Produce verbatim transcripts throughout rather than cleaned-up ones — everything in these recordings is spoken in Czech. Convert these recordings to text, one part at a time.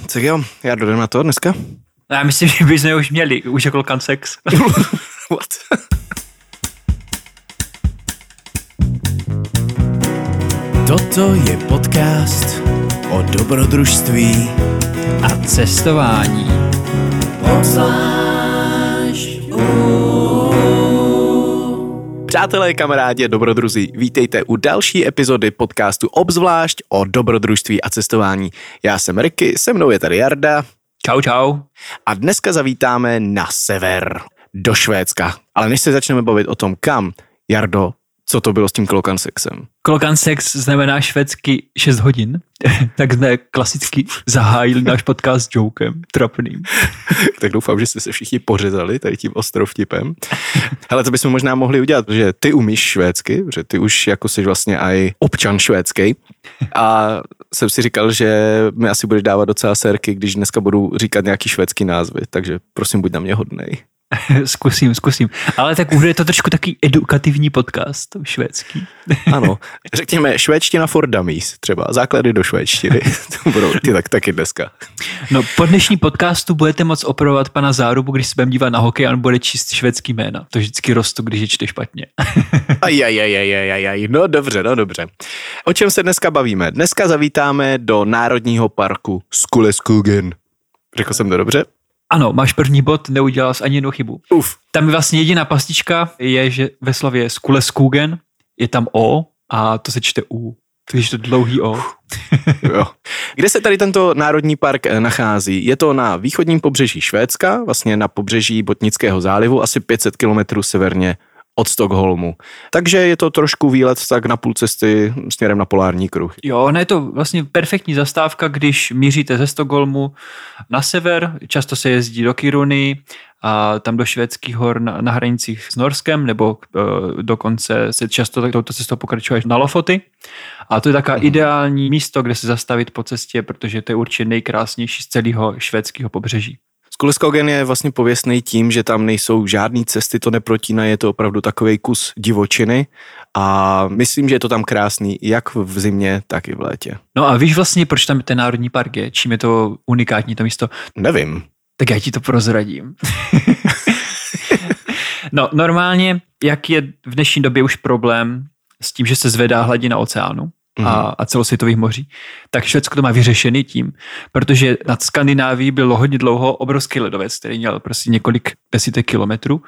Tak jo, já dodám na to dneska. Já myslím, že bychom už měli, už jako Klokan sex. What? Toto je podcast o dobrodružství A cestování. Obzvlášť Přátelé, kamarádi, dobrodruzí, vítejte u další epizody podcastu Obzvlášť o dobrodružství a cestování. Já jsem Ricky, se mnou je tady Jarda. Čau, čau. A dneska zavítáme na sever, do Švédska. Ale než se začneme bavit o tom, kam, Jardo, co to bylo s tím Klokan sexem? Klokan sex znamená švédsky šest hodin, tak jsme klasicky zahájili náš podcast s jokem, trapným. Tak doufám, že jste se všichni pořezali tady tím ostrovtipem. Hele, to bychom možná mohli udělat, že ty umíš švédsky, že ty už jako jsi vlastně aj občan švédský. A jsem si říkal, že mi asi budeš dávat docela sérky, když dneska budu říkat nějaký švédský názvy, takže prosím, buď na mě hodnej. Zkusím, zkusím. Ale tak bude to trošku takový edukativní podcast švédský. Ano, řekněme švédština for dummies, třeba základy do švédštiny. To budou ty tak, taky dneska. No, po dnešní podcastu budete moc opravovat pana Zárubu, když se budeme dívat na hokej a on bude číst švédský jména. To vždycky rostu, když je čte špatně. Ajajajajajajaj, no dobře, no dobře. O čem se dneska bavíme? Dneska zavítáme do Národního parku Skuleskogen. Řekl jsem to dobře? Ano, máš první bod, neudělal jsi ani jednu chybu. Uf. Tam je vlastně jediná pastička, je, že ve slově Skuleskogen je tam O a to se čte U. Takže to dlouhý O. Jo. Kde se tady tento národní park nachází? Je to na východním pobřeží Švédska, vlastně na pobřeží Botnického zálivu, asi pět set kilometrů severně od Stockholmu. Takže je to trošku výlet tak na půl cesty směrem na polární kruh. Jo, ono je to vlastně perfektní zastávka, když míříte ze Stockholmu na sever, často se jezdí do Kiruny a tam do švédských hor na, na hranicích s Norskem, nebo e, dokonce se často touto cestou pokračuje na Lofoty. A to je taková mm. ideální místo, kde se zastavit po cestě, protože to je určitě nejkrásnější z celého švédského pobřeží. Skuleskogen je vlastně pověstný tím, že tam nejsou žádný cesty, to neprotíná, je to opravdu takovej kus divočiny a myslím, že je to tam krásný jak v zimě, tak i v létě. No a víš vlastně, proč tam ten národní park je? Čím je to unikátní to místo? Nevím. Tak já ti to prozradím. No normálně, jak je v dnešní době už problém s tím, že se zvedá hladina oceánu, A, a celosvětových moří, tak Švédsko to má vyřešený tím, protože nad Skandinávií byl hodně dlouho obrovský ledovec, který měl prostě několik desítek kilometrů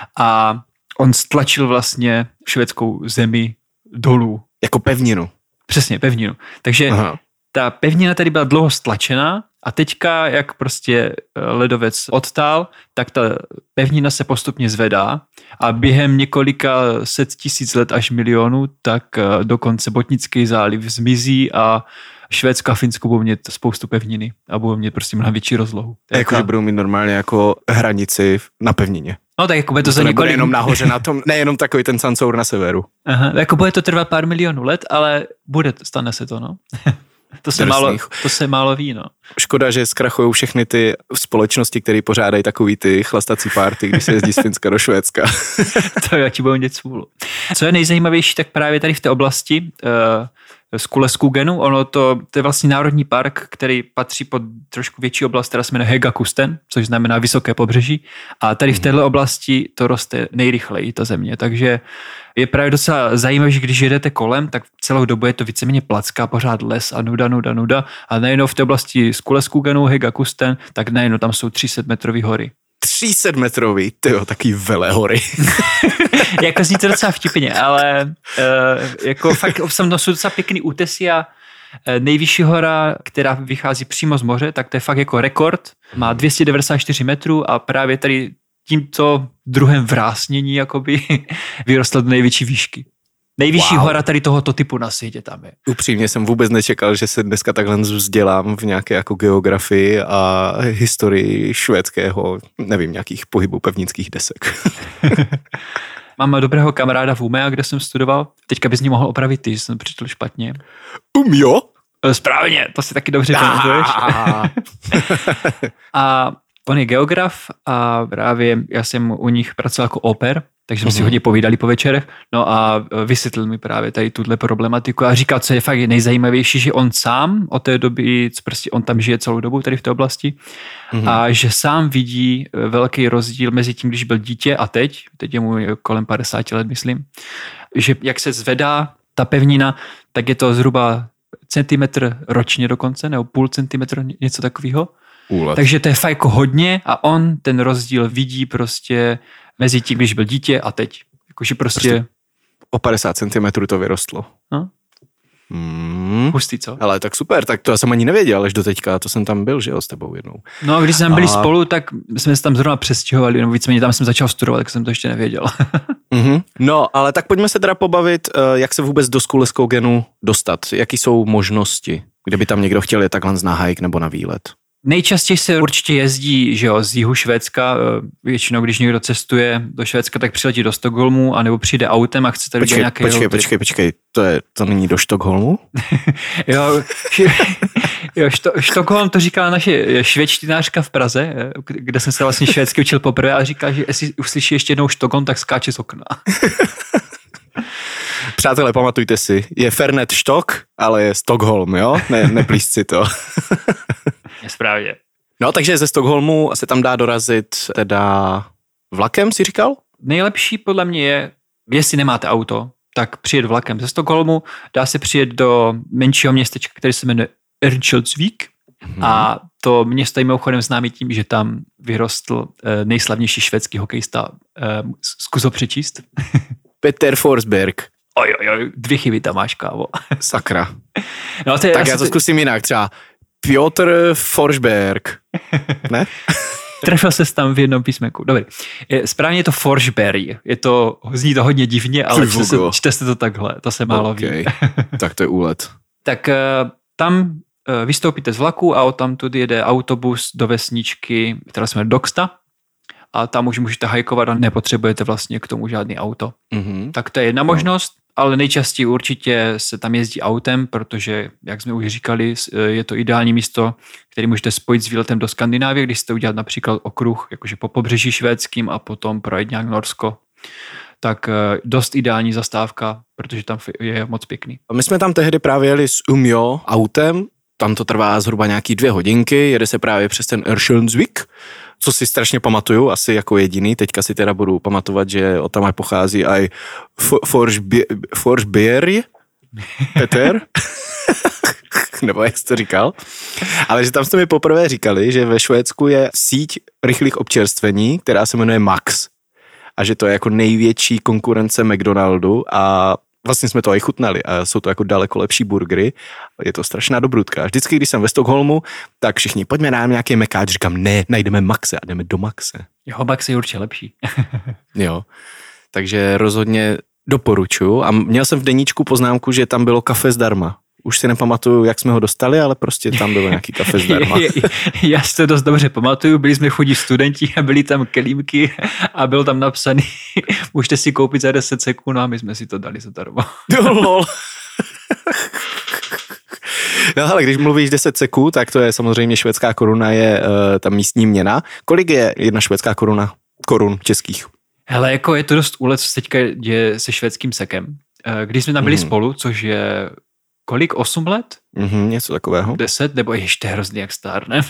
a on stlačil vlastně švédskou zemi dolů. Jako pevninu. Přesně, pevninu. Takže Aha. ta pevnina tady byla dlouho stlačená a teďka, jak prostě ledovec odtál, tak ta pevnina se postupně zvedá a během několika set tisíc let až milionů, tak dokonce Botnický záliv zmizí a Švédsko a Finsko budou mít spoustu pevniny a budou mít prostě mnohem větší rozlohu. Jakože budou mít normálně jako hranici na pevnině. No tak jako bude to, to za několik... jenom nahoře na tom, nejenom takový ten Sancour na severu. Aha, jako bude to trvat pár milionů let, ale bude, stane se to, no. To se, málo, to se málo ví, no. Škoda, že zkrachujou všechny ty společnosti, které pořádají takový ty chlastací party, když se jezdí z Finska do Švédska. To já ti budu dět svůlu. Co je nejzajímavější, tak právě tady v té oblasti uh, Skuleskogenu, ono to, to je vlastně národní park, který patří pod trošku větší oblast, která se jmenuje Högakusten, což znamená vysoké pobřeží. A tady v této oblasti to roste nejrychleji, ta země. Takže je právě docela zajímavé, že když jedete kolem, tak celou dobu je to víceméně placka, pořád les a nuda, nuda, nuda. A nejenom v té oblasti Skuleskogenu, Högakusten, tak nejenom tam jsou tři sta metrový hory. tři sta metrový, tyjo, taký velehory. Jako zní to docela vtipně, ale uh, jako fakt jsou docela pěkný útesy a uh, nejvyšší hora, která vychází přímo z moře, tak to je fakt jako rekord, má dvě stě devadesát čtyři metrů a právě tady tímto druhem vrásnění jakoby vyrostla do největší výšky. Nejvyšší wow. hora tady tohoto typu na světě tam je. Upřímně jsem vůbec nečekal, že se dneska takhle vzdělám v nějaké jako geografii a historii švédského, nevím, nějakých pohybů pevnických desek. Mám dobrého kamaráda v Umeå, kde jsem studoval. Teďka bys ní mohl opravit ty, jsem přečetl špatně. Umeå? Správně, to si taky dobře pamatuješ. A on je geograf a právě já jsem u nich pracoval jako oper, takže jsme mm-hmm. si hodně povídali po večerech, no a vysvětlil mi právě tady tuhle problematiku a říkal, co je fakt nejzajímavější, že on sám od té doby, prostě on tam žije celou dobu tady v té oblasti mm-hmm. a že sám vidí velký rozdíl mezi tím, když byl dítě a teď, teď je mu kolem padesát let, myslím, že jak se zvedá ta pevnina, tak je to zhruba centimetr ročně dokonce, nebo půl centimetru, něco takového. Úlet. Takže to je fakt jako hodně a on ten rozdíl vidí prostě mezi tím, když byl dítě a teď. Jakože prostě... prostě o padesát centimetrů to vyrostlo. No? Hmm. Hustý, co? Hele, tak super, tak to já jsem ani nevěděl, až do teďka, to jsem tam byl, že jo, s tebou jednou. No a když jsme tam byli a... spolu, tak jsme se tam zrovna přestěhovali, nebo víceméně tam jsem začal studovat, tak jsem to ještě nevěděl. mm-hmm. No, ale tak pojďme se teda pobavit, jak se vůbec do Skouleskogenu dostat, jaký jsou možnosti, kdyby tam někdo chtěl jet takhle na hike nebo na výlet. Nejčastěji se určitě jezdí, že jo, z jihu Švédska, většinou když někdo cestuje do Švédska, tak přiletí do Stockholmu, anebo přijde autem a chce tady počkej, nějaký počkej, road trip. počkej, počkej, to, je, to není do Stockholmu? jo, jo što, Stockholm to říkala naše švédštinářka v Praze, kde jsem se vlastně švédsky učil poprvé a říká, že jestli uslyší ještě jednou Stockholm, tak skáče z okna. Přátelé, pamatujte si, je Fernet Stock, ale je Stockholm, jo? Ne, neplíst si to. Je správně. No, takže ze Stockholmu se tam dá dorazit teda vlakem, si říkal? Nejlepší podle mě je, jestli nemáte auto, tak přijet vlakem ze Stockholmu, dá se přijet do menšího městečka, které se jmenuje Örnsköldsvik. Hmm. A to město je mimochodem známý tím, že tam vyrostl nejslavnější švédský hokejista. Zkus ho přečíst. Peter Forsberg. Oj, oj, oj, dvě chyby tam máš, kávo. Sakra. No, to je, tak já to zkusím jinak, třeba Piotr Forsberg. Ne? Trefil ses tam v jednom písmenku. Dobrý. Správně je to Forsberg. Je to, zní to hodně divně, ale čte se, čte se to takhle. To se málo okay. ví. Tak to je úlet. Tak tam vystoupíte z vlaku a odtamtud jede autobus do vesničky, která se jmenuje Docksta. A tam už můžete hajkovat a nepotřebujete vlastně k tomu žádný auto. Mm-hmm. Tak to je jedna možnost, ale nejčastěji určitě se tam jezdí autem, protože, jak jsme už říkali, je to ideální místo, který můžete spojit s výletem do Skandinávie, když jste udělat například okruh, jakože po pobřeží švédským a potom projet nějak Norsko. Tak dost ideální zastávka, protože tam je moc pěkný. My jsme tam tehdy právě jeli s Umeå autem, tam to trvá zhruba nějaký dvě hodinky, jede se právě přes ten Örnsköldsvik, co si strašně pamatuju, asi jako jediný. Teďka si teda budu pamatovat, že od tam aj pochází aj Forsberg, Peter, nebo jak jsi to říkal. Ale že tam jste mi poprvé říkali, že ve Švédsku je síť rychlých občerstvení, která se jmenuje Max. A že to je jako největší konkurence McDonaldu a vlastně jsme to i chutnali a jsou to jako daleko lepší burgery. Je to strašná dobrutka. Vždycky, když jsem ve Stockholmu, tak všichni, pojďme nám nějaký mekáč. Říkám, ne, najdeme Maxe a jdeme do Maxe. Jo, Max je určitě lepší. Jo, takže rozhodně doporučuji. A měl jsem v deníčku poznámku, že tam bylo kafe zdarma. Už si nepamatuju, jak jsme ho dostali, ale prostě tam bylo nějaký kafe zdarma. Já si to dost dobře pamatuju, byli jsme chudí studenti a byli tam kelímky a bylo tam napsaný, můžete si koupit za deset sekund a my jsme si to dali zadarmo. Jo, lol. No ale když mluvíš deset sekund, tak to je samozřejmě švédská koruna, je uh, ta místní měna. Kolik je jedna švédská koruna korun českých? Hele, jako je to dost úlet, co teďka děje se švédským sekem. Když jsme tam byli mm. spolu, což je kolik? osm let? Mm-hmm, něco takového. deset? Nebo ještě hrozný jak stárne.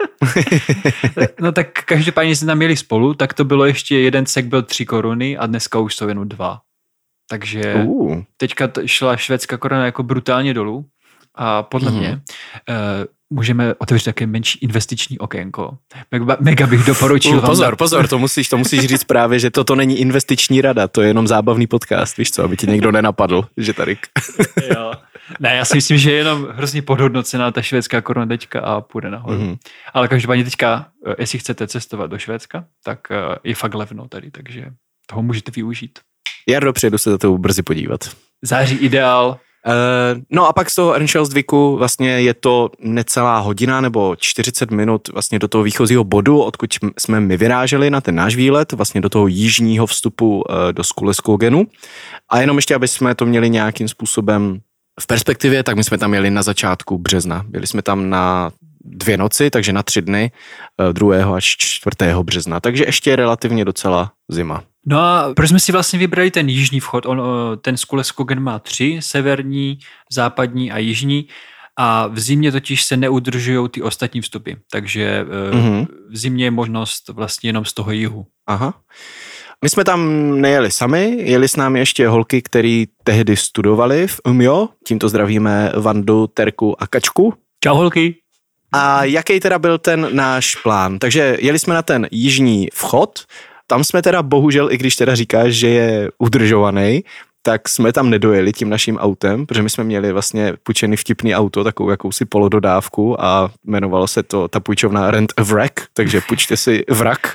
No tak každopádně jsme tam měli spolu, tak to bylo ještě jeden sek byl tři koruny a dneska už jsou jenom dva. Takže uh. teďka šla švédská koruna jako brutálně dolů a podle mm-hmm. mě uh, můžeme otevřít také menší investiční okénko. Mega, mega bych doporučil uh, Pozor, vám... pozor, to musíš, to musíš říct právě, že toto není investiční rada, to je jenom zábavný podcast, víš co, aby ti někdo nenapadl, že tady... Jo. Ne, já si myslím, že je jenom hrozně podhodnocená ta švédská koruna teďka a půjde nahoru. Mm-hmm. Ale každopádně teďka, jestli chcete cestovat do Švédska, tak je fakt levno tady, takže toho můžete využít. Jardo, přijedu se za to brzy podívat. Září ideál. Uh, no a pak z toho Örnsköldsviku vlastně je to necelá hodina nebo čtyřicet minut vlastně do toho výchozího bodu, odkud jsme my vyráželi na ten náš výlet, vlastně do toho jižního vstupu uh, do Skouleskogenu. A jenom ještě, aby jsme to měli nějakým způsobem v perspektivě, tak my jsme tam jeli na začátku března. Byli jsme tam na dvě noci, takže na tři dny, druhého až čtvrtého března. Takže ještě relativně docela zima. No a proč jsme si vlastně vybrali ten jižní vchod? On, ten Skuleskogen má tři, severní, západní a jižní. A v zimě totiž se neudržují ty ostatní vstupy. Takže mm-hmm. v zimě je možnost vlastně jenom z toho jihu. Aha. My jsme tam nejeli sami, jeli s námi ještě holky, který tehdy studovali v Umeå. Tímto zdravíme Vandu, Terku a Kačku. Čau holky. A jaký teda byl ten náš plán? Takže jeli jsme na ten jižní vchod, tam jsme teda bohužel, i když teda říkáš, že je udržovaný, tak jsme tam nedojeli tím naším autem, protože my jsme měli vlastně půjčený vtipný auto, takovou jakousi polododávku a jmenovalo se to ta půjčovna Rent a Wreck, takže půjčte si vrak.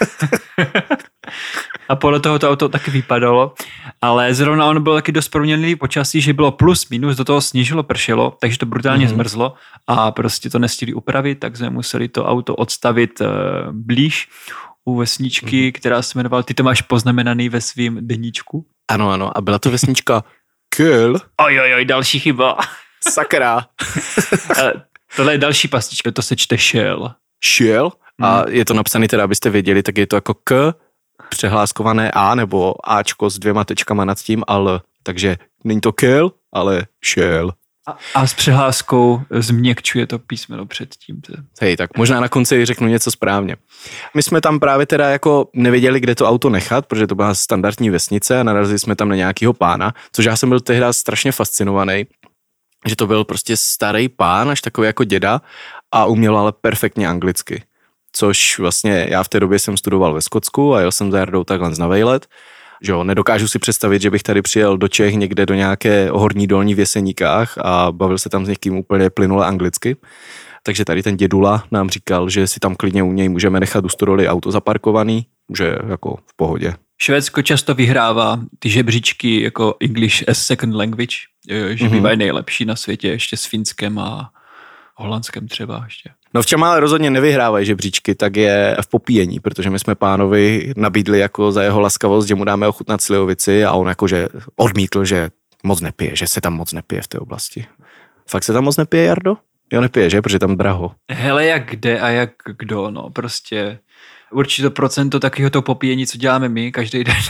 A podle toho to auto taky vypadalo, ale zrovna ono bylo taky dost proměnlivý počasí, že bylo plus minus, do toho sněžilo, pršelo, takže to brutálně mm-hmm. zmrzlo a prostě to nestihli upravit, tak jsme museli to auto odstavit uh, blíž u vesničky, mm-hmm. která se jmenovala, ty to máš poznamenaný ve svým deníčku. Ano, ano, a byla to vesnička Köl. Oj, oj, oj, další chyba. Sakra. Tohle je další pastička, to se čte šel. Šel? A je to napsané teda, abyste věděli, tak je to jako K, přehláskované A, nebo Ačko s dvěma tečkama nad tím, ale takže není to Köl, ale šel. A, a s přehláskou změkčuje to písmeno předtím. Hej, tak možná na konci řeknu něco správně. My jsme tam právě teda jako nevěděli, kde to auto nechat, protože to byla standardní vesnice a narazili jsme tam na nějakýho pána, což já jsem byl tehdy strašně fascinovaný, že to byl prostě starý pán, až takový jako děda a uměl ale perfektně anglicky. Což vlastně já v té době jsem studoval ve Skotsku a jel jsem za Jardou takhle na vejlet. Že jo, nedokážu si představit, že bych tady přijel do Čech někde do nějaké horní dolní v Jeseníkách a bavil se tam s někým úplně plynule anglicky. Takže tady ten dědula nám říkal, že si tam klidně u něj můžeme nechat u stodoly auto zaparkovaný, že jako v pohodě. Švédsko často vyhrává ty žebříčky jako English as second language, že bývají nejlepší na světě, ještě s Finskem a Holandskem třeba ještě. No v čem ale rozhodně nevyhrávají žebříčky, tak je v popíjení, protože my jsme pánovi nabídli jako za jeho laskavost, že mu dáme ochutnat slivovici a on jakože odmítl, že moc nepije, že se tam moc nepije v té oblasti. Fakt se tam moc nepije, Jardo? Jo, nepije, že? Protože tam draho. Hele, jak kde a jak kdo, no prostě určitě procento takového toho popíjení, co děláme my každý den.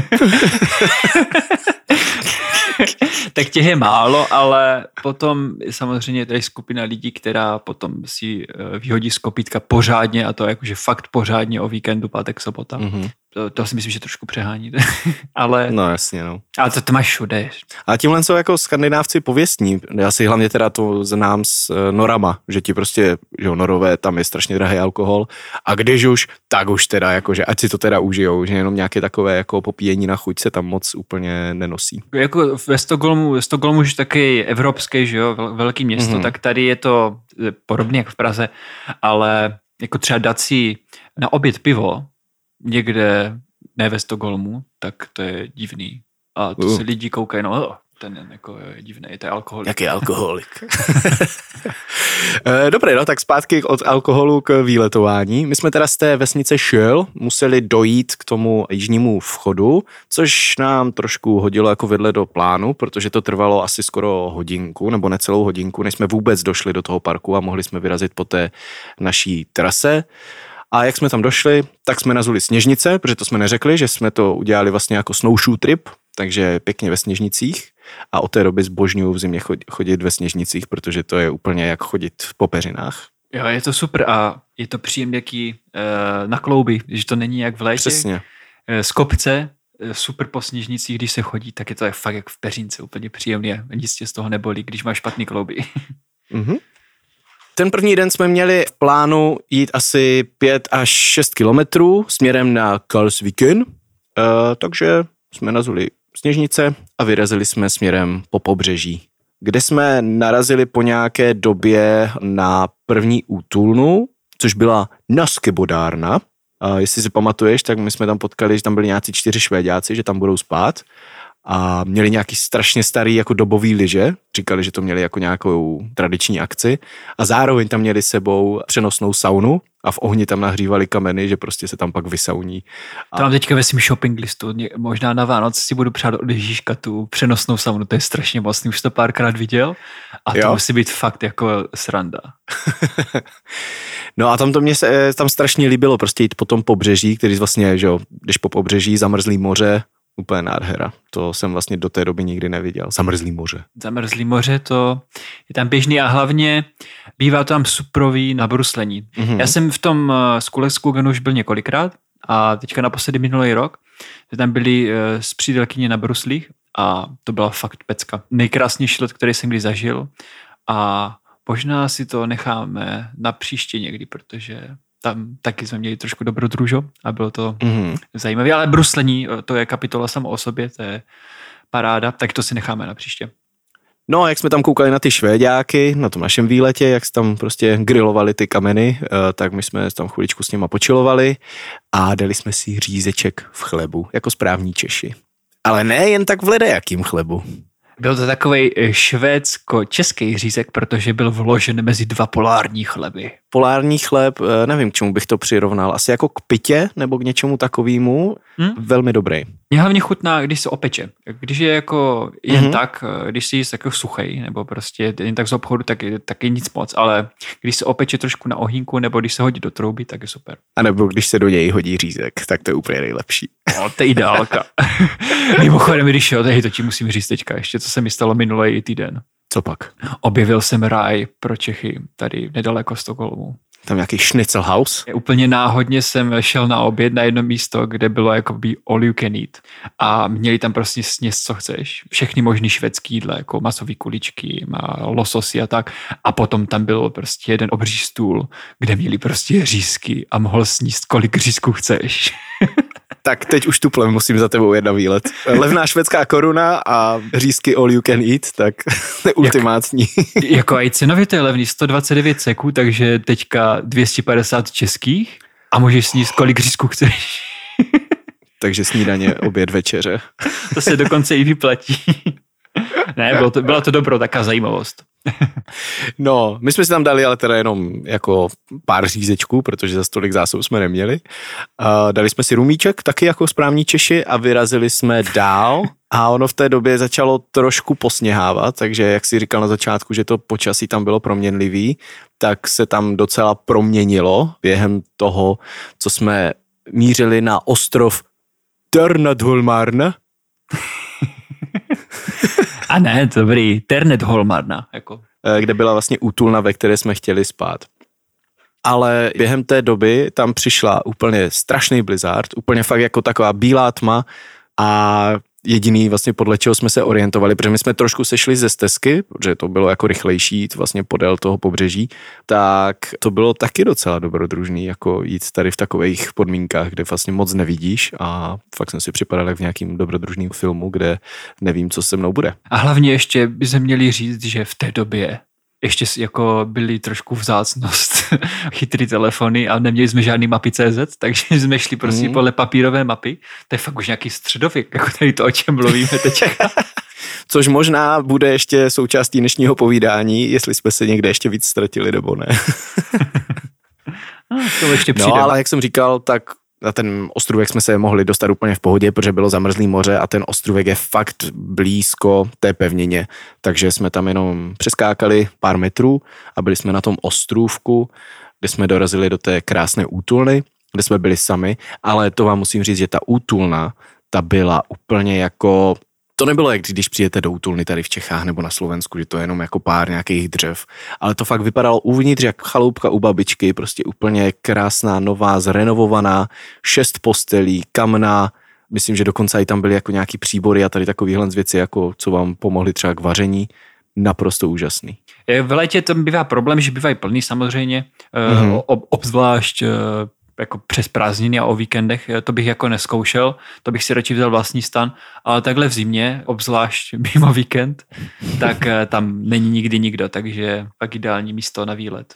Tak těch je málo, ale potom samozřejmě tady skupina lidí, která potom si vyhodí z kopítka pořádně a to jakože fakt pořádně o víkendu, pátek, sobota. Mm-hmm. To, to si myslím, že trošku přeháníte. Ale, no jasně, no. Ale to, to máš všude. A tímhle jsou jako skandinávci pověstní. Já si hlavně teda to znám s norama, že ti prostě, že jo, norové, tam je strašně drahý alkohol a když už, tak už teda jakože, ať si to teda užijou, že jenom nějaké takové jako popíjení na chuť se tam moc úplně nenosí. Jako ve Stockholmu, ve Stockholmu už taky evropský, že jo, velký město, mm-hmm. tak tady je to podobně jako v Praze, ale jako třeba dát si na oběd pivo někde ne ve Stockholmu, tak to je divný. A to uh. se lidi koukají, no ten jako je divný, to je alkoholik. Jaký alkoholik? Dobré, no tak zpátky od alkoholu k výletování. My jsme teda z té vesnice Šel museli dojít k tomu jižnímu vchodu, což nám trošku hodilo jako vedle do plánu, protože to trvalo asi skoro hodinku, nebo necelou hodinku, než jsme vůbec došli do toho parku a mohli jsme vyrazit po té naší trase. A jak jsme tam došli, tak jsme nazuli Sněžnice, protože to jsme neřekli, že jsme to udělali vlastně jako snowshoe trip, takže pěkně ve Sněžnicích a od té doby zbožňuju v zimě chodit ve Sněžnicích, protože to je úplně jak chodit po peřinách. Jo, je to super a je to příjemný jaký uh, na klouby, že to není jak v létě. Přesně. Z kopce, super po Sněžnicích, když se chodí, tak je to fakt jak v peřince, úplně příjemný a nic tě z toho nebolí, když máš špatný klouby. Mhm. Ten první den jsme měli v plánu jít asi pět až šest kilometrů směrem na Karlsviken, uh, takže jsme nazuli Sněžnice a vyrazili jsme směrem po pobřeží, kde jsme narazili po nějaké době na první útulnu, což byla Naskebodárna. A jestli si pamatuješ, tak my jsme tam potkali, že tam byli nějací čtyři Švéďáci, že tam budou spát. a měli nějaký strašně starý jako dobový lyže, říkali, že to měli jako nějakou tradiční akci a zároveň tam měli sebou přenosnou saunu a v ohni tam nahřívali kameny, že prostě se tam pak vysauní. A... To mám teďka ve svým shopping listu, možná na Vánoc si budu přát od Ježíška tu přenosnou saunu, to je strašně mocný, už to párkrát viděl a to jo? musí být fakt jako sranda. No a tam to mě se tam strašně líbilo, prostě jít po tom pobřeží, který vlastně, že jo, když po pobřeží, zamrzlý moře, úplně nádhera. To jsem vlastně do té doby nikdy neviděl. Zamrzlý moře. Zamrzlý moře, to je tam běžný a hlavně bývá tam suprový nabruslení. Mm-hmm. Já jsem v tom Skuleskugenu už byl několikrát a teďka naposledy minulý rok, že tam byli z přídelkyně nabruslých a to byla fakt pecka. Nejkrásnější let, který jsem kdy zažil a možná si to necháme na příště někdy, protože tam taky jsme měli trošku dobrodružo a bylo to mm-hmm. zajímavé, ale bruslení, to je kapitola samo o sobě, to je paráda, tak to si necháme na příště. No a jak jsme tam koukali na ty švéďáky, na tom našem výletě, jak se tam prostě grilovali ty kameny, tak my jsme tam chviličku s nima počilovali a dali jsme si řízeček v chlebu, jako správní Češi. Ale ne jen tak v ledajakým chlebu. Byl to takovej švédsko-český řízek, protože byl vložen mezi dva polární chleby. Polární chléb, nevím, k čemu bych to přirovnal, asi jako k pitě nebo k něčemu takovému, hmm? velmi dobrý. Mě hlavně chutná, když se opeče. Když je jako jen mm-hmm. tak, když si jíst jako suchej, nebo prostě jen tak z obchodu, tak je, tak je nic moc, ale když se opeče trošku na ohýnku, nebo když se hodí do trouby, tak je super. A nebo když se do něj hodí řízek, tak to je úplně nejlepší. No, to je ideálka. Mimochodem, když jo, tady to ti musím říct teďka, ještě co se mi stalo minulý týden. Co pak? Objevil jsem ráj pro Čechy, tady nedaleko Stockholmu. Tam nějaký Schnitzel House? Úplně náhodně jsem šel na oběd na jedno místo, kde bylo jakoby all you can eat. A měli tam prostě sněst, co chceš. Všechny možný švédský jídla, jako masový kuličky, lososy a tak. A potom tam byl prostě jeden obří stůl, kde měli prostě řízky a mohl sníst, kolik řízků chceš. Tak teď už tuplem musím za tebou jet na výlet. Levná švédská koruna a řízky all you can eat, tak je ultimátní. Jak, jako i cenově to je levný, sto dvacet devět seků, takže teďka dvě stě padesát českých a můžeš sníst kolik řízků chceš. Takže snídaně, oběd, večeře. To se dokonce i vyplatí. Ne, bylo to, byla to dobro, taká zajímavost. No, my jsme si tam dali ale teda jenom jako pár řízečků, protože za stolik zásob jsme neměli. Uh, dali jsme si rumíček, taky jako správní Češi a vyrazili jsme dál a ono v té době začalo trošku posněhávat, takže jak si říkal na začátku, že to počasí tam bylo proměnlivý, tak se tam docela proměnilo během toho, co jsme mířili na ostrov Ternadholmarna. A ne, dobrý, Ternadholmarna. Jako. Kde byla vlastně útulna, ve které jsme chtěli spát. Ale během té doby tam přišla úplně strašný blizzard, úplně fakt jako taková bílá tma a jediný vlastně podle čeho jsme se orientovali, protože my jsme trošku sešli ze stezky, protože to bylo jako rychlejší jít vlastně podél toho pobřeží, tak to bylo taky docela dobrodružný, jako jít tady v takových podmínkách, kde vlastně moc nevidíš a fakt jsem si připadal jak v nějakým dobrodružným filmu, kde nevím, co se mnou bude. A hlavně ještě bychom měli říct, že v té době ještě jako byly trošku vzácnost chytrý telefony a neměli jsme žádný mapy tečka cé zet, takže jsme šli prostě mm. podle papírové mapy. To je fakt už nějaký středověk, jako tady to, o čem mluvíme teďka. Což možná bude ještě součástí dnešního povídání, jestli jsme se někde ještě víc ztratili, nebo ne. No, to ještě přijde. No, ale jak jsem říkal, tak na ten ostrůvek jsme se mohli dostat úplně v pohodě, protože bylo zamrzlý moře a ten ostrůvek je fakt blízko té pevnině, takže jsme tam jenom přeskákali pár metrů a byli jsme na tom ostrůvku, kde jsme dorazili do té krásné útulny, kde jsme byli sami, ale to vám musím říct, že ta útulna, ta byla úplně jako... To nebylo, jak když přijete do útulny tady v Čechách nebo na Slovensku, že to je jenom jako pár nějakých dřev, ale to fakt vypadalo uvnitř jak chaloupka u babičky, prostě úplně krásná, nová, zrenovovaná, šest postelí, kamna, myslím, že dokonce i tam byly jako nějaký příbory a tady takovýhle věci, jako co vám pomohly třeba k vaření, naprosto úžasný. V létě tam bývá problém, že bývají plný samozřejmě, mm-hmm. ob, obzvlášť jako přes prázdniny a o víkendech, to bych jako neskoušel, to bych si radši vzal vlastní stan, ale takhle v zimě, obzvlášť mimo víkend, tak tam není nikdy nikdo, takže pak ideální místo na výlet.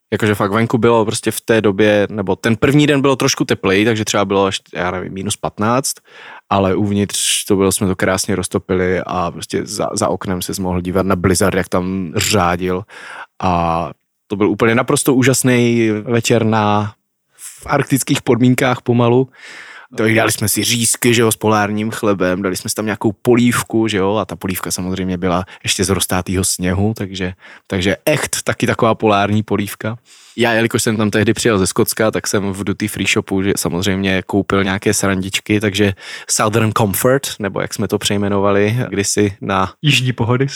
Jakože fakt venku bylo prostě v té době, nebo ten první den bylo trošku teplej, takže třeba bylo až, já nevím, minus patnáct, ale uvnitř to bylo, jsme to krásně roztopili a prostě za, za oknem se mohl dívat na blizzard, jak tam řádil a to byl úplně naprosto úžasný večer na v arktických podmínkách pomalu. Dali jsme si řízky, že jo, s polárním chlebem, dali jsme si tam nějakou polívku, že jo, a ta polívka samozřejmě byla ještě z roztátýho sněhu, takže, takže echt taky taková polární polívka. Já, jelikož jsem tam tehdy přijel ze Skotska, tak jsem v Duty Free Shopu že samozřejmě koupil nějaké srandičky, takže Southern Comfort, nebo jak jsme to přejmenovali kdysi na... Jižní pohody.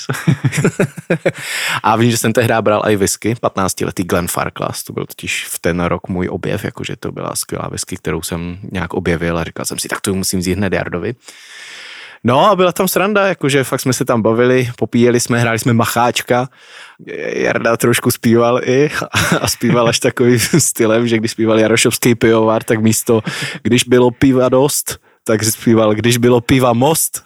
A vím, že jsem tehdy bral i whisky, patnáctiletý Glenfarclas, to byl totiž v ten rok můj objev, jakože to byla skvělá whisky, kterou jsem nějak objevil a říkal jsem si, tak to musím vzít hned Jardovi. No a byla tam sranda, jakože fakt jsme se tam bavili, popíjeli jsme, hráli jsme macháčka, Jarda trošku zpíval i a zpíval až takovým stylem, že když zpíval Jarošovský pivovar, tak místo když bylo piva dost, tak zpíval když bylo piva most.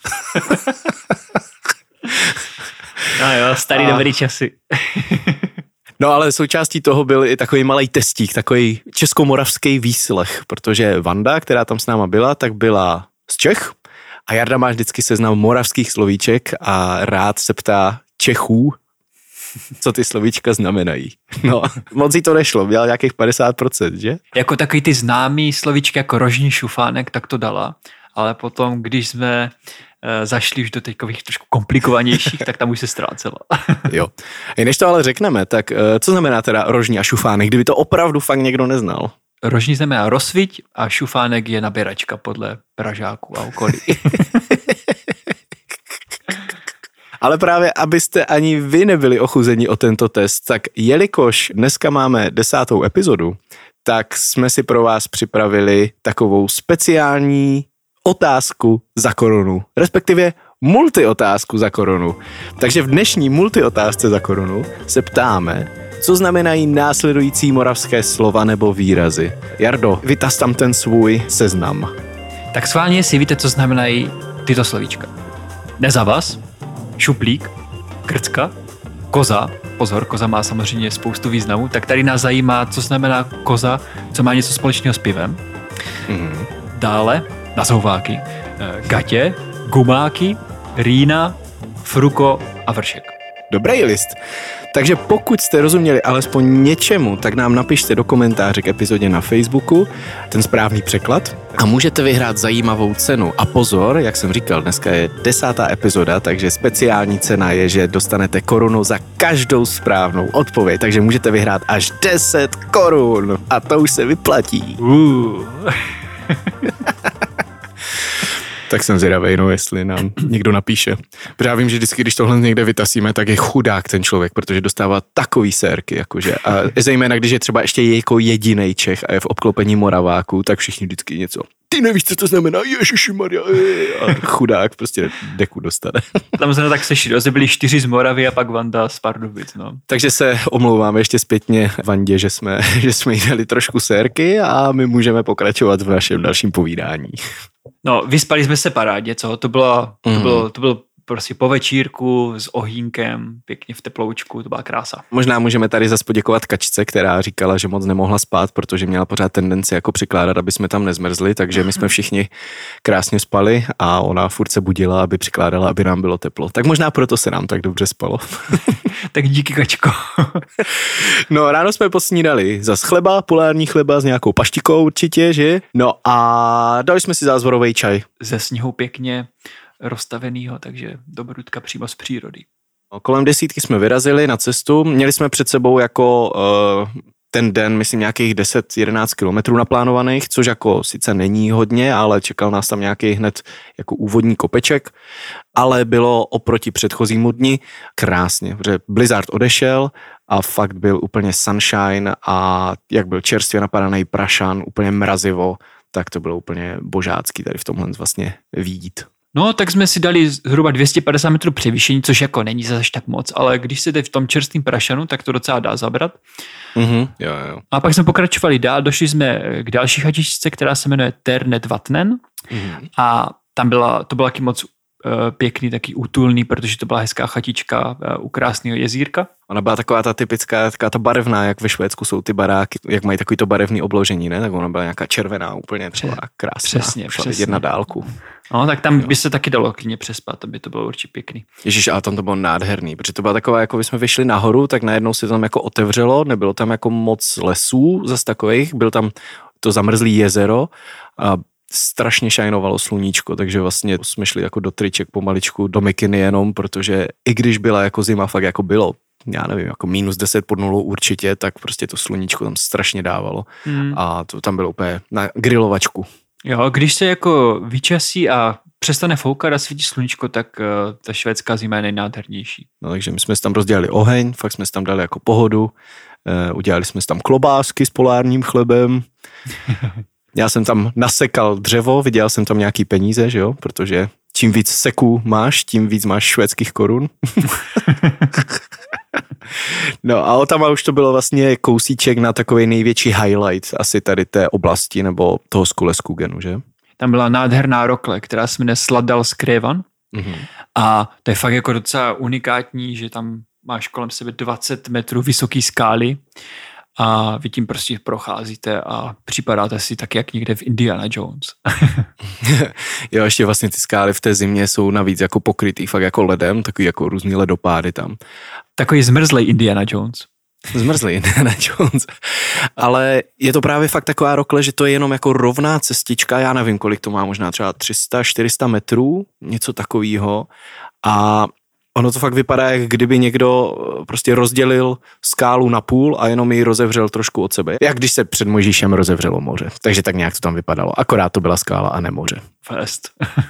No jo, starý a... dobrý časy. No ale součástí toho byl i takový malý testík, takový českomoravský výslech, protože Vanda, která tam s náma byla, tak byla z Čech a Jarda má vždycky seznam moravských slovíček a rád se ptá Čechů, co ty slovíčka znamenají. No, moc jí to nešlo, měla nějakých padesát procent, že? Jako takový ty známý slovíčky jako rožní šufánek, tak to dala, ale potom, když jsme e, zašli už do takových trošku komplikovanějších, tak tam už se ztrácelo. Jo. I než to ale řekneme, tak e, co znamená teda rožní a šufánek, kdyby to opravdu fakt někdo neznal? Rožní znamená rozsviť a šufánek je naběračka podle Pražáků a okolí. Ale právě, abyste ani vy nebyli ochuzeni o tento test, tak jelikož dneska máme desátou epizodu, tak jsme si pro vás připravili takovou speciální otázku za korunu, respektive multiotázku za korunu. Takže v dnešní multiotázce za korunu se ptáme, co znamenají následující moravské slova nebo výrazy. Jardo, vytaz tam ten svůj seznam. Tak schválně si víte, co znamenají tyto slovíčka. Nezavaz, šuplík, krcka, koza, pozor, koza má samozřejmě spoustu významů, tak tady nás zajímá, co znamená koza, co má něco společného s pivem. Mm-hmm. Dále na zouváky, gatě, gumáky, rýna, fruko a vršek. Dobrý list. Takže pokud jste rozuměli alespoň něčemu, tak nám napište do komentáře k epizodě na Facebooku ten správný překlad a můžete vyhrát zajímavou cenu. A pozor, jak jsem říkal, dneska je desátá epizoda, takže speciální cena je, že dostanete korunu za každou správnou odpověď, takže můžete vyhrát až deset korun a to už se vyplatí. Uh. Tak jsem zvědavej, no, jestli nám někdo napíše. Protože já vím, že vždycky, když tohle někde vytasíme, tak je chudák ten člověk, protože dostává takový sérky, jakože. A zejména, když je třeba ještě jako jedinej Čech a je v obklopení Moraváků, tak všichni vždycky něco. Ty nevíš, co to znamená, ježišimarja, a chudák prostě deku dostane. Tam jsme tak sešli, byli čtyři z Moravy a pak Vanda z Pardubic, no. Takže se omlouváme ještě zpětně Vandě, že jsme, že jsme jí dali trošku sérky a my můžeme pokračovat v našem dalším povídání. No, vyspali jsme se parádě, co? To bylo, to bylo, to bylo prostě po večírku s ohýnkem, pěkně v teploučku, to byla krása. Možná můžeme tady zase poděkovat Kačce, která říkala, že moc nemohla spát, protože měla pořád tendenci jako přikládat, aby jsme tam nezmrzli, takže my jsme všichni krásně spali a ona furt se budila, aby přikládala, aby nám bylo teplo. Tak možná proto se nám tak dobře spalo. Tak díky, Kačko. No, ráno jsme posnídali zas chleba, polární chleba s nějakou paštikou určitě, že? No a dali jsme si zázvorový čaj. Ze sněhu pěkně rozstavenýho, takže dobrutka přímo z přírody. Kolem desítky jsme vyrazili na cestu, měli jsme před sebou jako uh, ten den, myslím, nějakých deset jedenáct kilometrů naplánovaných, což jako sice není hodně, ale čekal nás tam nějaký hned jako úvodní kopeček, ale bylo oproti předchozímu dni krásně, protože blizzard odešel a fakt byl úplně sunshine a jak byl čerstvě napadaný prašan, úplně mrazivo, tak to bylo úplně božácký tady v tomhle vlastně vidět. No, tak jsme si dali zhruba dvě stě padesát metrů převýšení, což jako není zase tak moc, ale když jste v tom čerstvém prašanu, tak to docela dá zabrat. Mm-hmm. Jo, jo. A pak jsme pokračovali dál, došli jsme k další chatičce, která se jmenuje Ternet Vatnen mm-hmm. a tam byla, to bylo taky moc pěkný, taky útulný, protože to byla hezká chatička u krásného jezírka. Ona byla taková ta typická, taková ta barevná, jak ve Švédsku jsou ty baráky, jak mají takový to barevný obložení, ne? Tak ona byla nějaká červená, úplně třeba krásná. Přesně, šla přesně. vidět na dálku. No, tak tam by se taky dalo klidně přespat, aby to bylo určitě pěkný. Ježíš, ale tam to bylo nádherný, protože to byla taková, jako by jsme vyšli nahoru, tak najednou se to tam jako otevřelo, nebylo tam jako moc lesů zas takových, byl tam to zamrzlý jezero a strašně šajnovalo sluníčko, takže vlastně jsme šli jako do triček pomaličku, do mikiny jenom, protože i když byla jako zima, fakt jako bylo, já nevím, jako minus deset pod nulou určitě, tak prostě to sluníčko tam strašně dávalo hmm. a to tam bylo úplně na grilovačku. Jo, když se jako vyčasí a přestane foukat a svítí sluníčko, tak uh, ta švédská zima je nejnádhernější. No takže my jsme si tam rozdělali oheň, fakt jsme si tam dali jako pohodu, uh, udělali jsme si tam klobásky s polárním chlebem. Já jsem tam nasekal dřevo, viděl jsem tam nějaký peníze, že jo, protože čím víc seků máš, tím víc máš švédských korun. No a tam už to bylo vlastně kousíček na takový největší highlight asi tady té oblasti nebo toho Skuleskugenu, že? Tam byla nádherná rokle, která se jmenuje Sladalskrevan mm-hmm. a to je fakt jako docela unikátní, že tam máš kolem sebe dvacet metrů vysoký skály a vy tím prostě procházíte a připadáte si tak, jak někde v Indiana Jones. Jo, ještě vlastně ty skály v té zimě jsou navíc jako pokrytý fakt jako ledem, takový jako různý ledopády tam. Takový zmrzlej Indiana Jones. Zmrzlý Indiana Jones. Ale je to právě fakt taková rokle, že to je jenom jako rovná cestička, já nevím, kolik to má, možná třeba tři sta čtyři sta metrů, něco takového. A ono to fakt vypadá, jak kdyby někdo prostě rozdělil skálu na půl a jenom ji rozevřel trošku od sebe. Jak když se před Mojžíšem rozevřelo moře. Takže tak nějak to tam vypadalo. Akorát to byla skála a ne moře. Fest.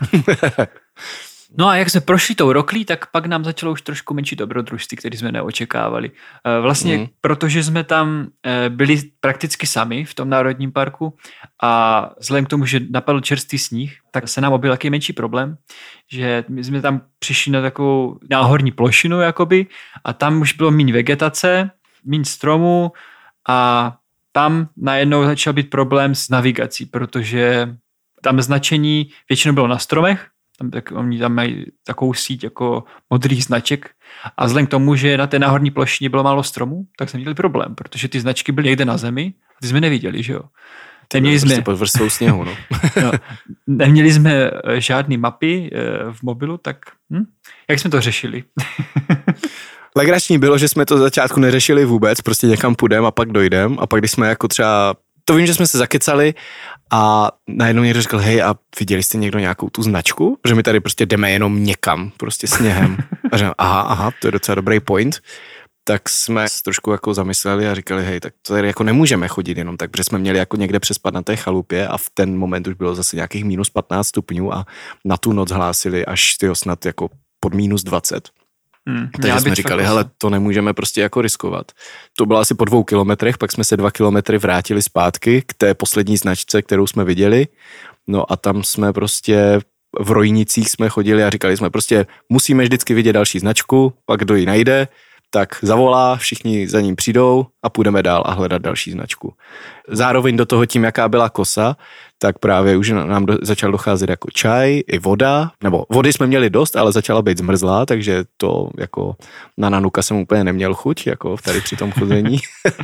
No a jak jsme prošli tou roklí, tak pak nám začalo už trošku menší dobrodružství, které jsme neočekávali. Vlastně mm. protože jsme tam byli prakticky sami v tom národním parku a vzhledem k tomu, že napadl čerstvý sníh, tak se nám objevil takový menší problém, že my jsme tam přišli na takovou náhorní plošinu jakoby a tam už bylo míň vegetace, míň stromů a tam najednou začal být problém s navigací, protože tam značení většinou bylo na stromech, tam, tak, oni tam mají takovou síť jako modrých značek a vzhledem k tomu, že na té náhorní plošině bylo málo stromů, tak jsme měli problém, protože ty značky byly někde na zemi a ty jsme neviděli, že jo. Neměli jsme, prostě pod vrstvou sněhu, no. no. Neměli jsme žádný mapy v mobilu, tak hm? jak jsme to řešili? Legrační bylo, že jsme to začátku neřešili vůbec, prostě někam půjdeme a pak dojdem a pak když jsme jako třeba, to vím, že jsme se zakecali a najednou někdo řekl, hej, a viděli jste někdo nějakou tu značku? Že my tady prostě jdeme jenom někam, prostě sněhem. A říkám, aha, aha, to je docela dobrý point. Tak jsme se trošku jako zamysleli a říkali, hej, tak to tady jako nemůžeme chodit jenom tak, protože jsme měli jako někde přespat na té chalupě a v ten moment už bylo zase nějakých minus patnáct stupňů a na tu noc hlásili až tyho snad jako pod minus dvacet. Hmm, Takže jsme říkali, hele, to nemůžeme prostě jako riskovat. To bylo asi po dvou kilometrech, pak jsme se dva kilometry vrátili zpátky k té poslední značce, kterou jsme viděli. No a tam jsme prostě v Rojnicích jsme chodili a říkali jsme prostě musíme vždycky vidět další značku, pak kdo ji najde, tak zavolá, všichni za ním přijdou a půjdeme dál a hledat další značku. Zároveň do toho tím, jaká byla kosa, tak právě už nám do, začal docházet jako čaj i voda, nebo vody jsme měli dost, ale začala být zmrzlá, takže to jako na nanuka jsem úplně neměl chuť, jako tady při tom chození.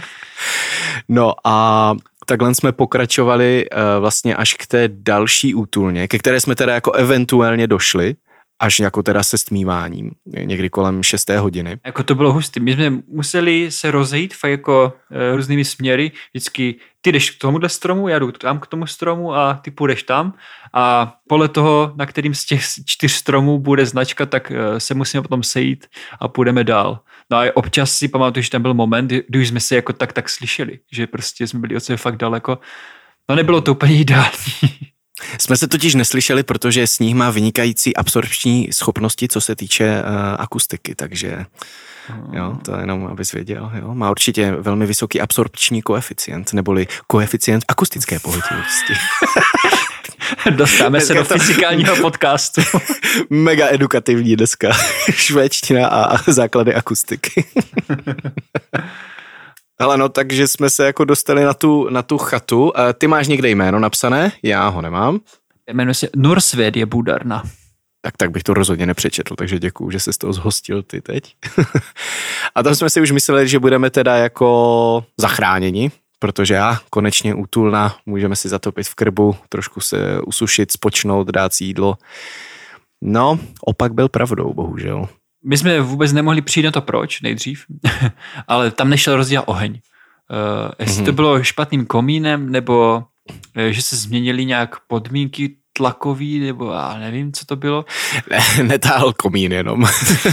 No a takhle jsme pokračovali uh, vlastně až k té další útulně, ke které jsme teda jako eventuálně došli, až jako teda se stmíváním, někdy kolem šesté hodiny. Jako to bylo hustý. My jsme museli se rozejít fakt jako e, různými směry. Vždycky ty jdeš k tomuhle stromu, já jdu tam k tomu stromu a ty půjdeš tam. A podle toho, na kterým z těch čtyř stromů bude značka, tak e, se musíme potom sejít a půjdeme dál. No a občas si pamatuju, že tam byl moment, kdy už jsme se jako tak tak slyšeli, že prostě jsme byli od sebe fakt daleko. No nebylo to úplně ideální. Jsme se totiž neslyšeli, protože sníh má vynikající absorpční schopnosti, co se týče uh, akustiky, takže jo, to jenom, abys věděl. Jo. Má určitě velmi vysoký absorpční koeficient, neboli koeficient akustické pohyblivosti. Dostáváme se do fyzikálního podcastu. Mega edukativní dneska. Švédština a základy akustiky. Hele, no, takže jsme se jako dostali na tu, na tu chatu. Ty máš někde jméno napsané? Já ho nemám. Jmenuje se Norsvedje Budarna. tak tak bych to rozhodně nepřečetl, takže děkuju, že se z toho zhostil ty teď. A tam jsme si už mysleli, že budeme teda jako zachráněni, protože já konečně útulna, můžeme si zatopit v krbu, trošku se usušit, spočnout, dát si jídlo. No, opak byl pravdou, bohužel. My jsme vůbec nemohli přijít na to proč nejdřív, ale tam nešel rozdělat oheň. Uh, jestli mm-hmm. to bylo špatným komínem, nebo že se změnily nějak podmínky tlakový, nebo já nevím, co to bylo. Ne, netáhl komín jenom.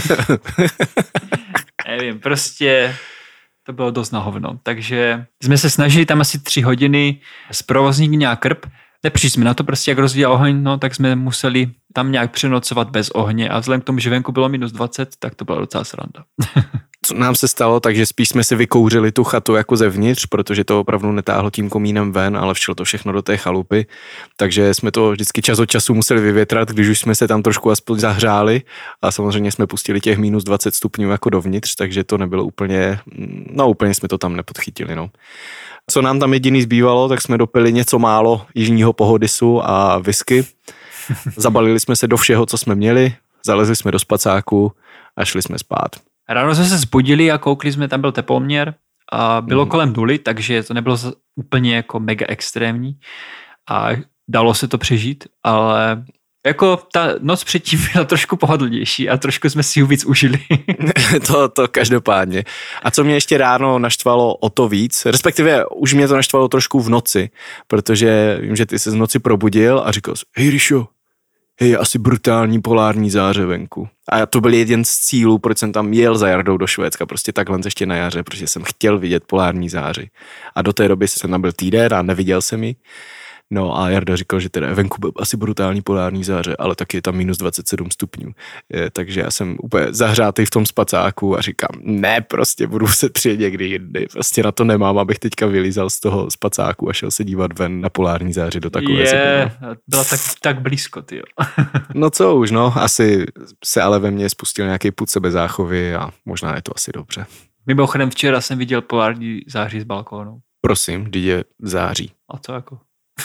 Nevím, prostě to bylo dost na hovno. Takže jsme se snažili tam asi tři hodiny zprovoznit nějak krb. Nepřišli jsme na to prostě, jak rozvíjel oheň, no, tak jsme museli tam nějak přenocovat bez ohně a vzhledem k tomu, že venku bylo minus dvacet, tak to byla docela sranda. Co nám se stalo, takže spíš jsme si vykouřili tu chatu jako zevnitř, protože to opravdu netáhlo tím komínem ven, ale všel to všechno do té chalupy, takže jsme to vždycky čas od času museli vyvětrat, když už jsme se tam trošku aspoň zahřáli a samozřejmě jsme pustili těch minus dvacet stupňů jako dovnitř, takže to nebylo úplně, no úplně jsme to tam nepodchytili, no. Co nám tam jediný zbývalo, tak jsme dopili něco málo jižního pohodisu a whisky. Zabalili jsme se do všeho, co jsme měli, zalezli jsme do spacáku a šli jsme spát. Ráno jsme se zbudili a koukli jsme, tam byl teploměr a bylo mm. kolem nuly, takže to nebylo úplně jako mega extrémní a dalo se to přežít, ale jako ta noc předtím byla trošku pohodlnější a trošku jsme si ji víc užili. to, to každopádně. A co mě ještě ráno naštvalo o to víc, respektive už mě to naštvalo trošku v noci, protože vím, že ty se z noci probudil a říkal jsi, hej Rišo, hej, asi brutální polární záře venku. A to byl jeden z cílů, proč jsem tam jel za Jardou do Švédska, prostě takhle ještě na jaře, protože jsem chtěl vidět polární záři. A do té doby jsem tam byl týden a neviděl jsem ji. No a Jarda říkal, že teda venku byl asi brutální polární záře, ale taky je tam minus dvacet sedm stupňů. Je, takže já jsem úplně zahřátej v tom spacáku a říkám, ne, prostě budu se přijet někdy jindy. Prostě na to nemám, abych teďka vylízal z toho spacáku a šel se dívat ven na polární záři do takové Je, země. byla tak, tak blízko, tyjo. No co už, no, asi se ale ve mně spustil nějaký pud sebezáchovy a možná je to asi dobře. Mimochodem včera jsem viděl polární záři z balkónu. Prosím, kdy je září. A co jako?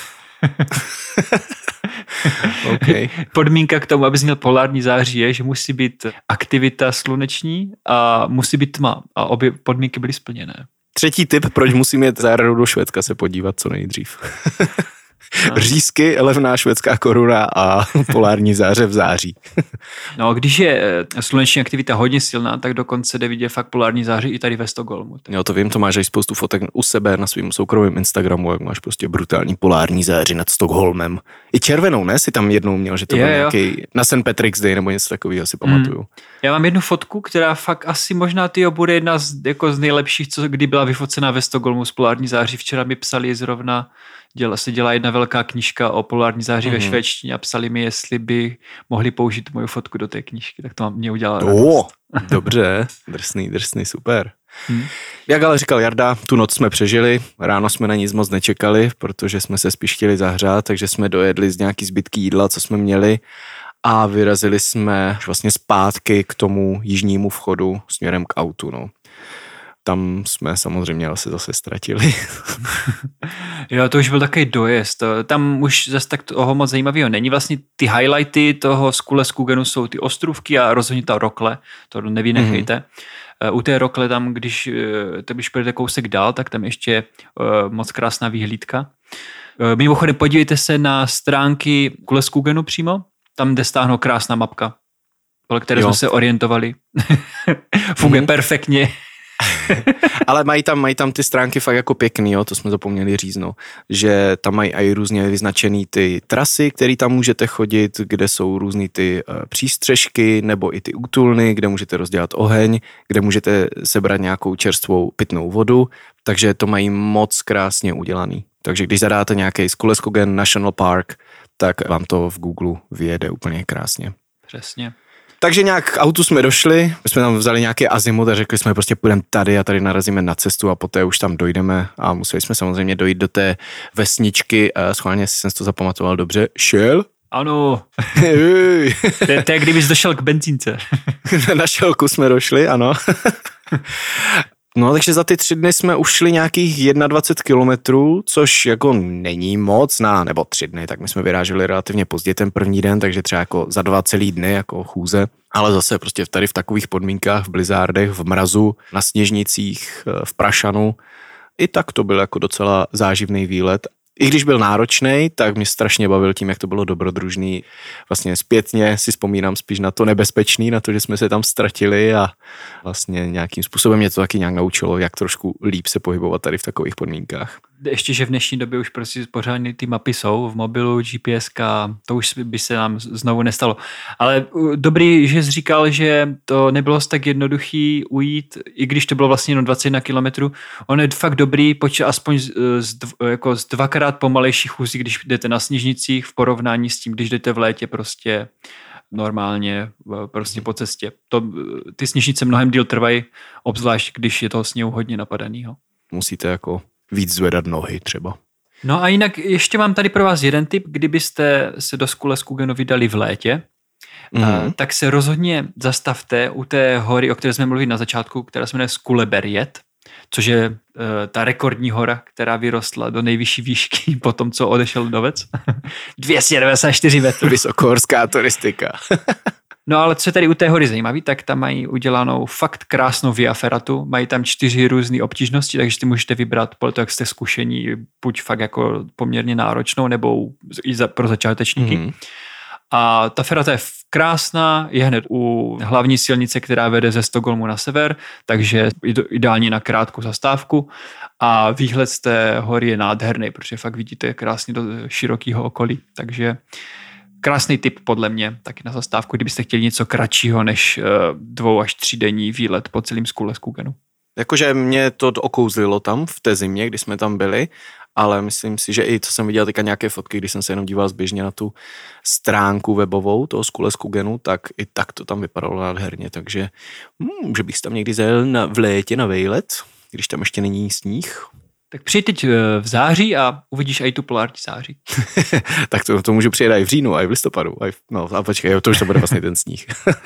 Okay. Podmínka k tomu, abys měl polární září, je, že musí být aktivita sluneční a musí být tma. A obě podmínky byly splněné. Třetí tip, proč musím jet za Jardou do Švédska se podívat co nejdřív. No. Řízky, levná švédská koruna a polární záře v září. No, když je sluneční aktivita hodně silná, tak dokonce jde vidět fakt polární záři i tady ve Stockholmu. Jo, to vím, to máš aj spoustu fotek u sebe na svým soukromém Instagramu, jak máš prostě brutální polární záři nad Stockholmem. I červenou, ne? Si tam jednou měl, že to je, byl nějaký na Saint Patrick's Day nebo něco takového, si pamatuju. Hmm. Já mám jednu fotku, která fakt asi možná tyjo, bude jedna z, jako z nejlepších, co kdy byla vyfocená ve Stockholmu z polární září. Včera mi psali zrovna, děla, se dělá jedna velká knížka o polární záři mm-hmm. ve švédštině a psali mi, jestli by mohli použít moju fotku do té knížky, tak to mě udělalo radost. Dobře, drsný, drsný, super. Hmm. Jak ale říkal Jarda, tu noc jsme přežili, ráno jsme na nic moc nečekali, protože jsme se spíš chtěli zahřát, takže jsme dojedli z nějaký zbytky jídla, co jsme měli a vyrazili jsme vlastně zpátky k tomu jižnímu vchodu směrem k autu, no. Tam jsme samozřejmě asi zase ztratili. Jo, to už byl takový dojezd. Tam už zase tak toho moc zajímavého není. Vlastně ty highlighty toho Skuleskugenu jsou ty ostrůvky a rozhodně ta rokle. To nevynechejte. Mm-hmm. U té rokle tam, když, když půjdete kousek dál, tak tam ještě uh, moc krásná výhlídka. Uh, mimochodem podívejte se na stránky Skuleskugenu přímo. Tam jde stáhnout krásná mapka, podle které jo. jsme se orientovali. Funguje mm-hmm. perfektně. Ale mají tam, mají tam ty stránky fakt jako pěkný, jo, to jsme zapomněli říct, no, že tam mají i různě vyznačený ty trasy, které tam můžete chodit, kde jsou různý ty uh, přístřežky nebo i ty útulny, kde můžete rozdělat oheň, kde můžete sebrat nějakou čerstvou pitnou vodu, takže to mají moc krásně udělaný. Takže když zadáte nějaký Skuleskogen National Park, tak vám to v Google vyjede úplně krásně. Přesně. Takže nějak k autu jsme došli, my jsme tam vzali nějaký azimut a řekli jsme prostě půjdeme tady a tady narazíme na cestu a poté už tam dojdeme a museli jsme samozřejmě dojít do té vesničky, schválně si jsem to zapamatoval dobře, Shell? Ano, to je kdybys došel k benzínce. Na Shellku jsme došli, ano. No takže za ty tři dny jsme ušli nějakých dvacet jedna kilometrů, což jako není moc na, nebo tři dny, tak my jsme vyráželi relativně pozdě ten první den, takže třeba jako za dva celý dny jako chůze. Ale zase prostě tady v takových podmínkách, v blizzardech, v mrazu, na sněžnicích, v prašanu, i tak to byl jako docela záživný výlet. I když byl náročný, tak mě strašně bavil tím, jak to bylo dobrodružný. Vlastně zpětně si vzpomínám spíš na to nebezpečný, na to, že jsme se tam ztratili a vlastně nějakým způsobem mě to taky nějak naučilo, jak trošku líp se pohybovat tady v takových podmínkách. Ještě, že v dnešní době už prostě pořádně ty mapy jsou v mobilu, G P S ka, to už by se nám znovu nestalo. Ale dobrý, že jsi říkal, že to nebylo tak jednoduchý ujít, i když to bylo vlastně jenom dvacet jedna kilometrů. On je fakt dobrý, počít aspoň z, z, jako z dvakrát pomalejší chůzí, když jdete na sněžnicích v porovnání s tím, když jdete v létě prostě normálně prostě po cestě. To, ty sněžnice mnohem díl trvají, obzvlášť když je toho sněhu hodně napadanýho. Musíte jako víc zvedat nohy třeba. No a jinak ještě mám tady pro vás jeden tip, kdybyste se do Skuleskugenu vydali v létě, mm-hmm. tak se rozhodně zastavte u té hory, o které jsme mluvili na začátku, která se jmenuje Skuleberget, což je uh, ta rekordní hora, která vyrostla do nejvyšší výšky po tom, co odešel ledovec. dvě stě devadesát čtyři metrů. Vysokohorská turistika. No ale co je tady u té hory zajímavý, tak tam mají udělanou fakt krásnou via ferratu, mají tam čtyři různé obtížnosti, takže si můžete vybrat podle toho, jak jste zkušení, buď fakt jako poměrně náročnou, nebo i za, pro začátečníky. Mm-hmm. A ta ferata je krásná, je hned u hlavní silnice, která vede ze Stockholmu na sever, takže ideální na krátkou zastávku a výhled z té hory je nádherný, protože fakt vidíte krásně do širokého okolí, takže krásný tip podle mě, taky na zastávku, kdybyste chtěli něco kratšího než dvou až třídenní výlet po celém Skuleskugenu. Jakože mě to okouzlilo tam v té zimě, kdy jsme tam byli, ale myslím si, že i co jsem viděl teďka nějaké fotky, když jsem se jenom díval zběžně na tu stránku webovou toho Skuleskugenu, tak i tak to tam vypadalo nádherně, takže hmm, že bych tam někdy zajel na, v létě na vejlet, když tam ještě není sníh. Tak přijď teď v září a uvidíš i tu polární září. Tak to, to můžu přijet i v říjnu, i v listopadu. I v, no a počkej, to už to bude vlastně ten sníh.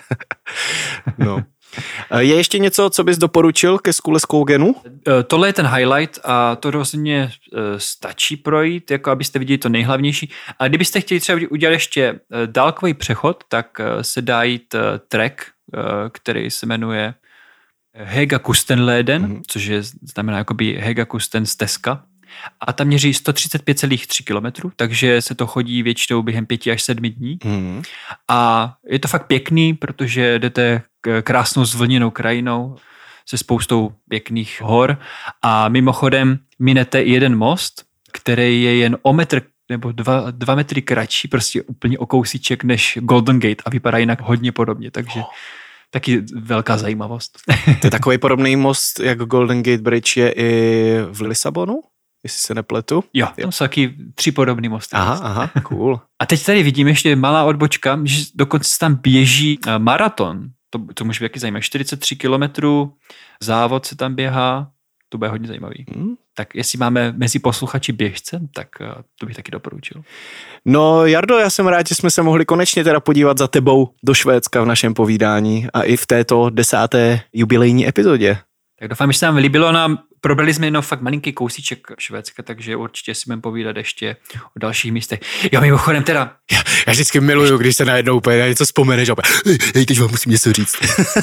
No. Je ještě něco, co bys doporučil ke Skuleskugenu? Tohle je ten highlight a to rozhodně stačí projít, jako abyste viděli to nejhlavnější. A kdybyste chtěli třeba udělat ještě dálkový přechod, tak se dá jít trek, který se jmenuje Högakustenleden, mm-hmm. což je, znamená jakoby Högakusten stezka. A tam měří sto třicet pět celá tři kilometru, takže se to chodí většinou během pěti až sedmi dní. Mm-hmm. A je to fakt pěkný, protože jdete krásnou zvlněnou krajinou se spoustou pěkných hor a mimochodem minete jeden most, který je jen o metr nebo dva, dva metry kratší, prostě úplně o kousíček než Golden Gate a vypadá jinak hodně podobně, takže oh. taky velká zajímavost. To je takový podobný most, jak Golden Gate Bridge je i v Lisabonu, jestli se nepletu. Jo, tam jsou taky tři podobný mosty. Aha, aha, cool. A teď tady vidím ještě malá odbočka, že dokonce tam běží maraton. To, to může být jaký zajímavé. čtyřicet tři kilometrů, závod se tam běhá, to bude hodně zajímavý. Hmm. Tak jestli máme mezi posluchači běžce, tak to bych taky doporučil. No Jardo, já jsem rád, že jsme se mohli konečně teda podívat za tebou do Švédska v našem povídání a i v této desáté jubilejní epizodě. Tak doufám, že se nám líbilo. Nám probrali jsme jenom fakt malinký kousíček Švédska, takže určitě si budeme povídat ještě o dalších místech. Jo, mimochodem teda. Já, já vždycky miluju, když se najednou úplně na něco vzpomeneš a hej, hej, teď vám musím něco říct.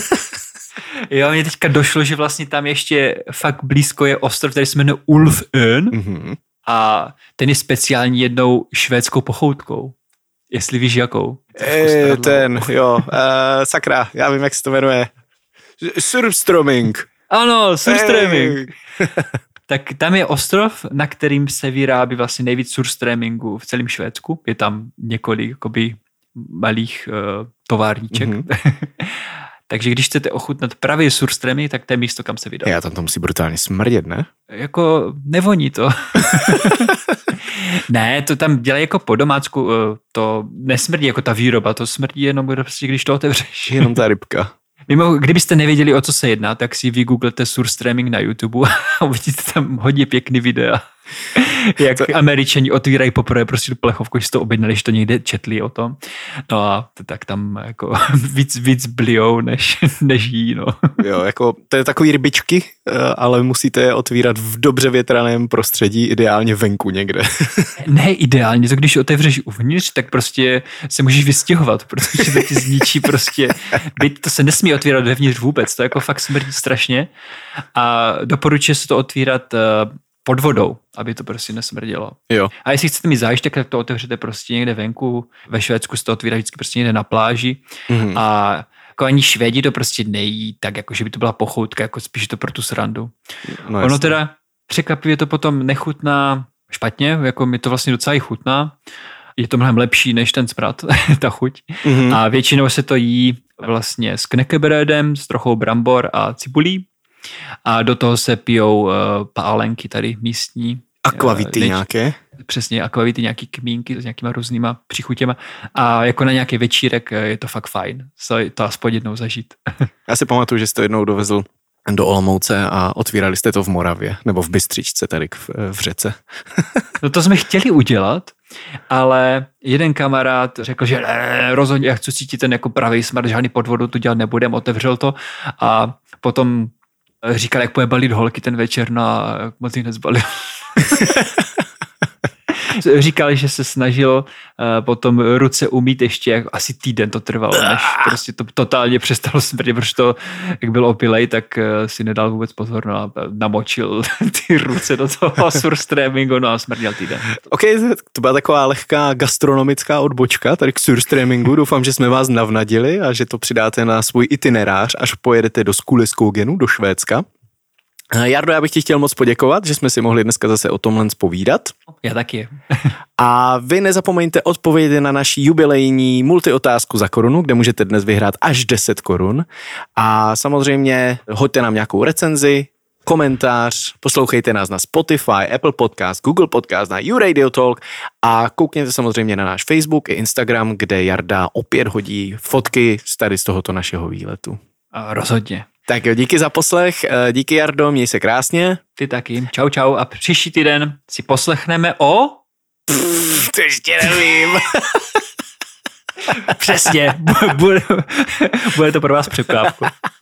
Jo, mně teďka došlo, že vlastně tam ještě fakt blízko je ostrov, který se jmenuje Ulfön mm-hmm. a ten je speciální jednou švédskou pochoutkou. Jestli víš jakou. E, ten, jo, uh, sakra, já vím, jak se to jmenuje. Surströmming. Ano, surströmming. Tak tam je ostrov, na kterým se vyrábí vlastně nejvíc surströmmingu v celém Švédsku. Je tam několik jakoby malých uh, továrníček. Mm-hmm. Takže když chcete ochutnat pravý surströmming, tak to je místo, kam se vydat. Já tam to musí brutálně smrdět, ne? Jako nevoní to. Ne, to tam dělají jako po domácku, to nesmrdí jako ta výroba, to smrdí jenom, když to otevřeš. Jenom ta rybka. Mimo, kdybyste nevěděli, o co se jedná, tak si vygooglete surströmming na YouTube a uvidíte tam hodně pěkný videa. Jak to... Američani otvírají poprvé prostě tu plechovku, že si to objednali, že to někde četli o tom. No a tak tam jako víc, víc blijou, než, než jí, no. Jo, jako to je takový rybičky, ale musíte je otvírat v dobře větraném prostředí, ideálně venku někde. Ne, ideálně, to když otevřeš uvnitř, tak prostě se můžeš vystěhovat, protože to ti zničí prostě. Byt, to se nesmí otvírat vevnitř vůbec, to jako fakt smrdí strašně a doporučuje se to otvírat pod vodou, aby to prostě nesmrdělo. Jo. A jestli chcete mít zážitek, tak to otevřete prostě někde venku. Ve Švédsku se to otvírá vždycky prostě někde na pláži mm-hmm. a jako ani Švédi to prostě nejí tak, jako že by to byla pochoutka, jako spíš to pro tu srandu. No, ono teda překvapivě to potom nechutná špatně, jako mi to vlastně docela i chutná. Je to mnohem lepší než ten smrad, ta chuť. Mm-hmm. A většinou se to jí vlastně s knäckebrödem, s trochou brambor a cibulí. A do toho se pijou uh, pálenky tady místní. Akvavity uh, nějaké? Přesně, akvavity, nějaký kmínky s nějakýma různýma přichutěma. A jako na nějaký večírek je to fakt fajn. Se to aspoň jednou zažít. Já si pamatuju, že jste jednou dovezl do Olomouce a otvírali jste to v Moravě, nebo v Bystřičce tady v, v řece. No to jsme chtěli udělat, ale jeden kamarád řekl, že ne, rozhodně, já chci cítit ten jako pravý smrt, žádný podvodu tu dělat nebudem, otevřel to a potom říkal, jak bude balit holky ten večer, no a moc jich nezbalil. Říkal, že se snažil uh, potom ruce umýt ještě, jak asi týden to trvalo, než prostě to totálně přestalo smrdit, protože to, jak byl opilej, tak uh, si nedal vůbec pozor, no a namočil ty ruce do toho surströmmingu, no a smrděl týden. OK, to byla taková lehká gastronomická odbočka tady k surströmmingu. Doufám, že jsme vás navnadili a že to přidáte na svůj itinerář, až pojedete do Skoogenu, do Švédska. Jardo, já bych ti chtěl moc poděkovat, že jsme si mohli dneska zase o tomhle zpovídat. Já taky. A vy nezapomeňte odpovědět na naši jubilejní multiotázku za korunu, kde můžete dnes vyhrát až deset korun. A samozřejmě hoďte nám nějakou recenzi, komentář, poslouchejte nás na Spotify, Apple Podcast, Google Podcast, na YouRadio Talk a koukněte samozřejmě na náš Facebook i Instagram, kde Jarda opět hodí fotky z tady z tohoto našeho výletu. A rozhodně. Tak jo, díky za poslech, díky Jardo, měj se krásně. Ty taky, čau čau a příští týden si poslechneme o... Pff, to ještě nevím. Přesně, bude, bude to pro vás překvapku.